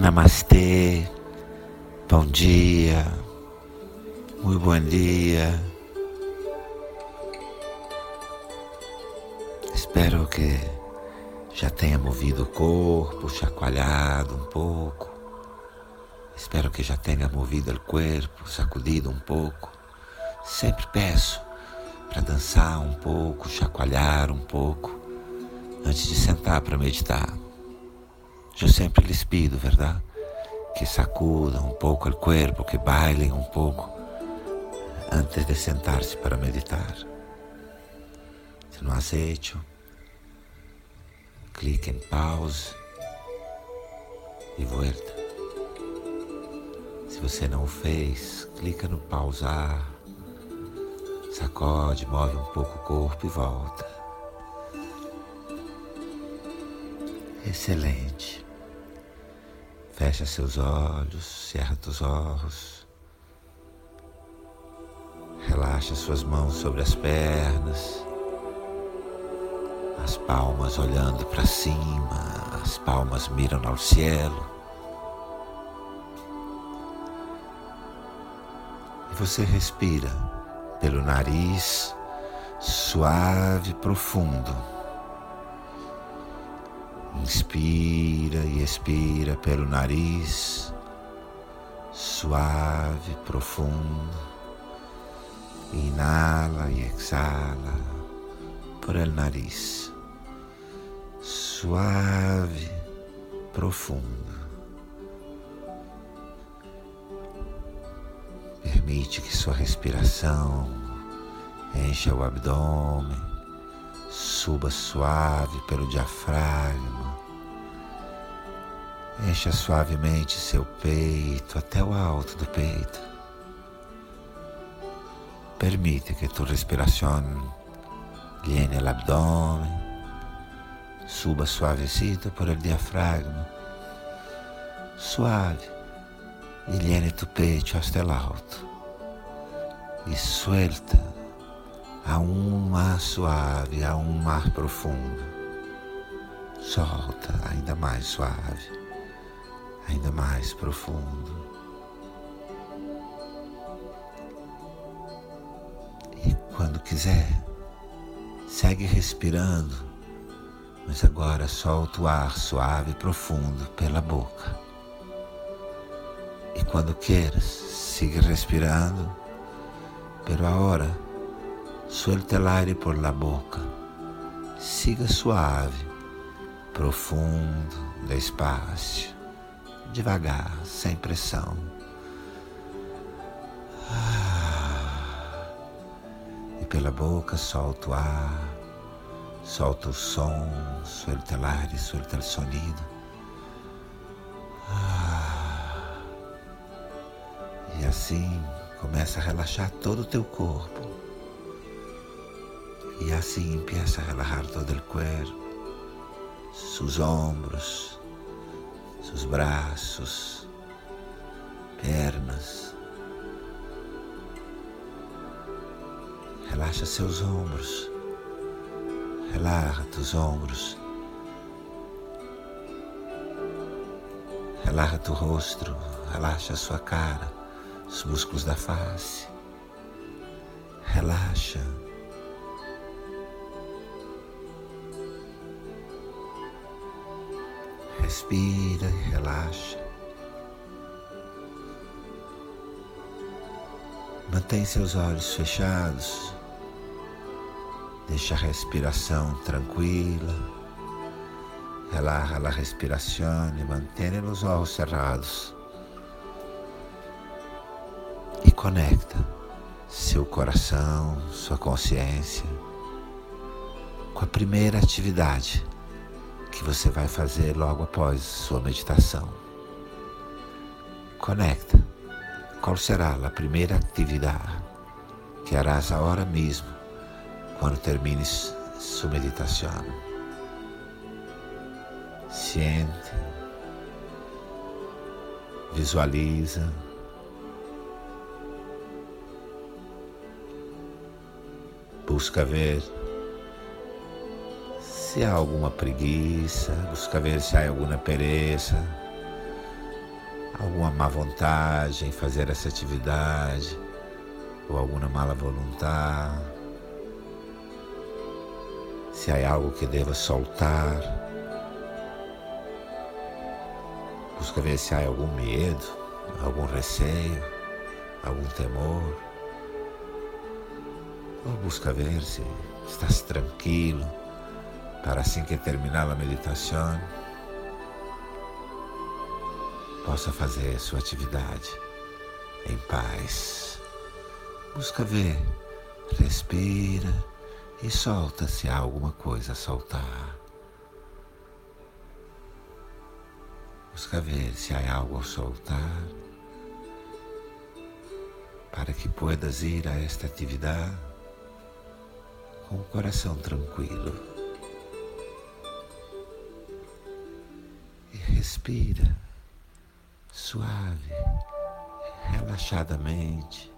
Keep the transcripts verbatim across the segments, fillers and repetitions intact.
Namastê, bom dia, muito bom dia. Espero que já tenha movido o corpo, chacoalhado um pouco. Espero que já tenha movido o corpo, sacudido um pouco. Sempre peço para dançar um pouco, chacoalhar um pouco, antes de sentar para meditar. Eu sempre lhes pido, verdade? Que sacudam um pouco o corpo, que bailem um pouco, antes de sentar-se para meditar. Se não has hecho, clique em pause e volta. Se você não o fez, clica no pausar, sacode, move um pouco o corpo e volta. Excelente. Fecha seus olhos, cerra teus olhos. Relaxa suas mãos sobre as pernas. As palmas olhando para cima, as palmas miram ao cielo. E você respira pelo nariz, suave e profundo. Inspira e expira pelo nariz, suave, profundo. Inala e exala por el nariz, suave, profundo. Permite que sua respiração encha o abdômen, suba suave pelo diafragma, encha suavemente seu peito até o alto do peito. Permite que tu respiração llene el abdômen, suba suavecito por el diafragma, suave, y llene tu pecho hasta el alto. Y suelta aún más suave, aún más profundo. Solta ainda mais suave, ainda mais profundo. E quando quiser, segue respirando, mas agora solta o ar suave e profundo pela boca. E quando queiras, siga respirando, pero agora suelta el aire por la boca. Siga suave, profundo, despacio, devagar, sem pressão. E pela boca solta o ar, solta o som, suelta el aire, suelta el sonido. E assim começa a relaxar todo o teu corpo. E assim empieza a relajar todo el cuerpo, sus hombros, sus braços, pernas. Relaxa seus ombros, relaxa tus ombros, relaxa tu rosto, relaxa sua cara, os músculos da face. Relaxa. Respira e relaxa. Mantém seus olhos fechados. Deixa a respiração tranquila. Relaxa a respiração e mantém os olhos cerrados. E conecta seu coração, sua consciência com a primeira atividade que você vai fazer logo após sua meditação. Conecta. Qual será a primeira atividade que harás agora mesmo quando termines sua meditação? Siente, visualiza, busca ver se há alguma preguiça, busca ver se há alguma pereza, alguma má vontade em fazer essa atividade, ou alguma mala vontade, se há algo que deva soltar, busca ver se há algum medo, algum receio, algum temor, ou busca ver se estás tranquilo para assim que terminar a meditação possa fazer sua atividade em paz. Busca ver, respira e solta se há alguma coisa a soltar. Busca ver se há algo a soltar para que puedas ir a esta atividade com o coração tranquilo. E respira suave, relaxadamente.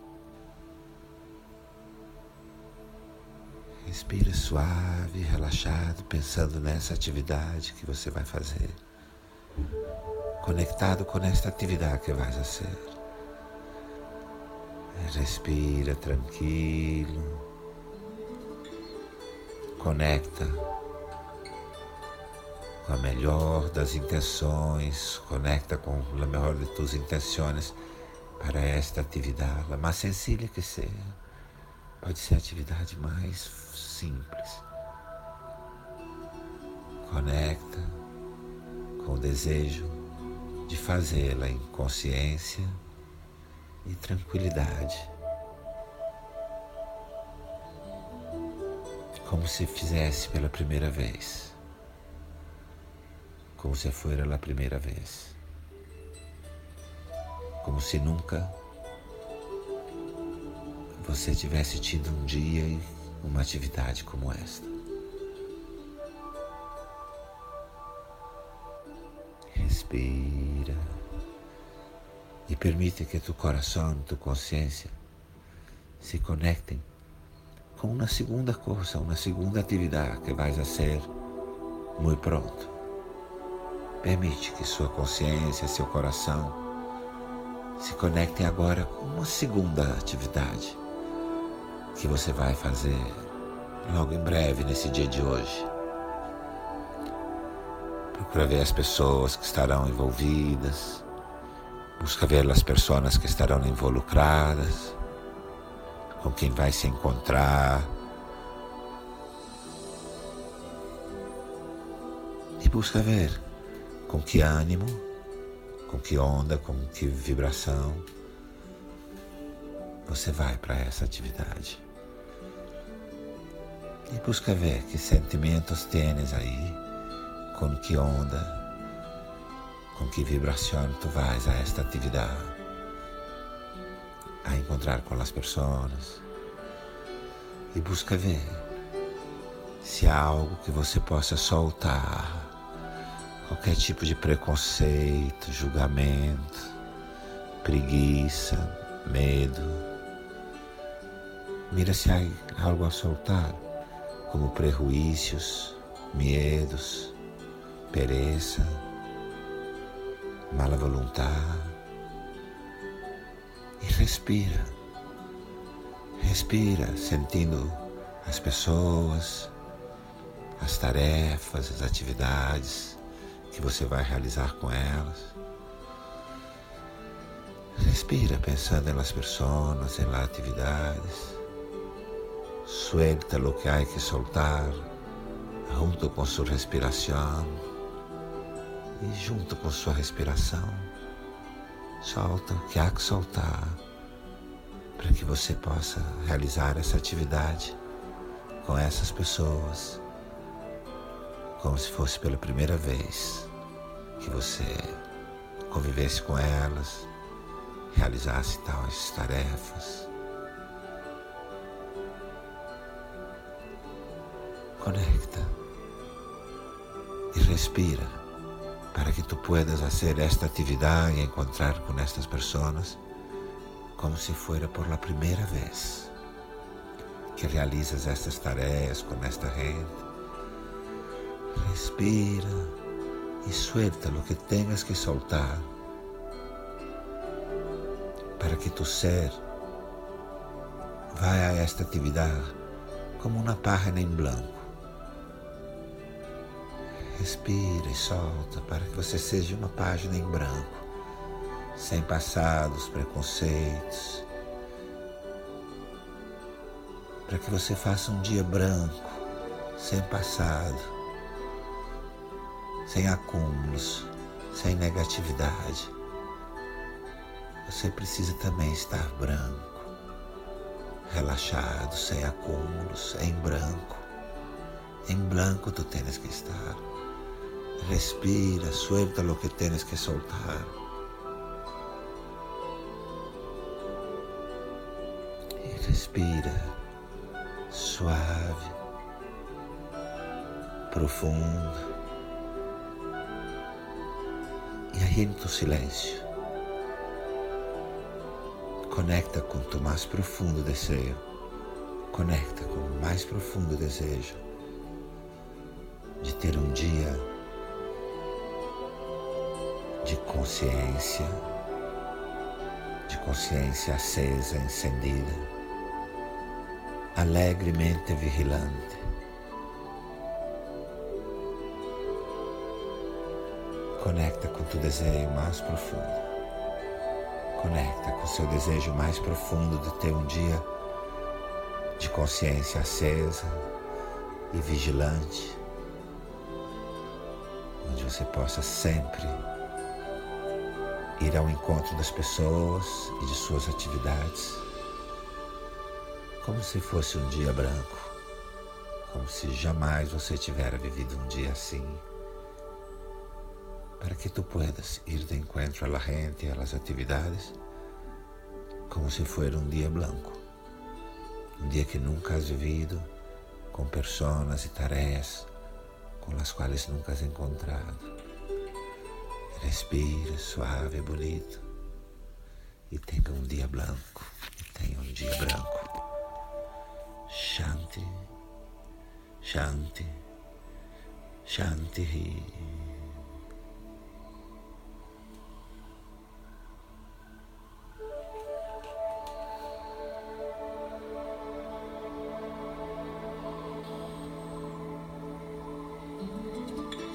Respira suave, relaxado, pensando nessa atividade que você vai fazer. Conectado com esta atividade que vais fazer. Respira tranquilo. Conecta com a melhor das intenções. Conecta com a melhor de tuas intenções para esta atividade, a mais sencilla que seja. Pode ser a atividade mais simples. Conecta com o desejo de fazê-la em consciência e tranquilidade. Como se fizesse pela primeira vez. Como se fora a primeira vez. Como se nunca você tivesse tido um dia e uma atividade como esta. Respira e permite que tu coração e tu consciência se conectem com uma segunda coisa, uma segunda atividade que vais a ser muito pronto. Permite que sua consciência, seu coração se conectem agora com uma segunda atividade que você vai fazer logo em breve, nesse dia de hoje. Procura ver as pessoas que estarão envolvidas, busca ver as pessoas que estarão involucradas, com quem vai se encontrar, e busca ver com que ânimo, com que onda, com que vibração você vai para essa atividade. E busca ver que sentimentos tens aí, com que onda, com que vibração tu vais a esta atividade, a encontrar com as pessoas. E busca ver se há algo que você possa soltar, qualquer tipo de preconceito, julgamento, preguiça, medo. Mira se há algo a soltar, como prejuízos, medos, pereza, mala vontade. E respira. Respira, sentindo as pessoas, as tarefas, as atividades que você vai realizar com elas. Respira pensando nas pessoas, nas atividades. Suelta lo que hay que soltar, junto com sua respiração. E junto com sua respiração, solta o que há que soltar, para que você possa realizar essa atividade com essas pessoas, como se fosse pela primeira vez que você convivesse com elas, realizasse tais tarefas. Conecta e respira para que tu puedas fazer esta atividade e encontrar com estas pessoas como se fuera por la primeira vez que realizas estas tarefas com esta gente. Respira e suelta lo que tengas que soltar para que tu ser vá a esta atividade como uma página em branco. Respira e solta para que você seja uma página em branco, sem passados, preconceitos, para que você faça um dia branco, sem passado, sem acúmulos, sem negatividade. Você precisa também estar branco, relaxado, sem acúmulos, em branco. Em branco tu tens que estar. Respira, suelta lo que tienes que soltar. E respira, suave, profundo. E aí em tu silêncio, conecta com tu mais profundo desejo. Conecta com o mais profundo desejo de ter um dia de consciência, de consciência acesa, encendida, alegremente vigilante. Conecta com tu desejo mais profundo. Conecta com o seu desejo mais profundo de ter um dia de consciência acesa e vigilante, onde você possa sempre ir ao encontro das pessoas e de suas atividades, como se fosse um dia branco, como se jamais você tivera vivido um dia assim, para que tu puedas ir de encontro a la gente e a las atividades, como se fuera um dia branco, um dia que nunca has vivido, com pessoas e tarefas com as quais nunca has encontrado. Respira suave e bonito e tenha um dia branco, e tenha um dia branco. Shanti, Shanti, Shanti.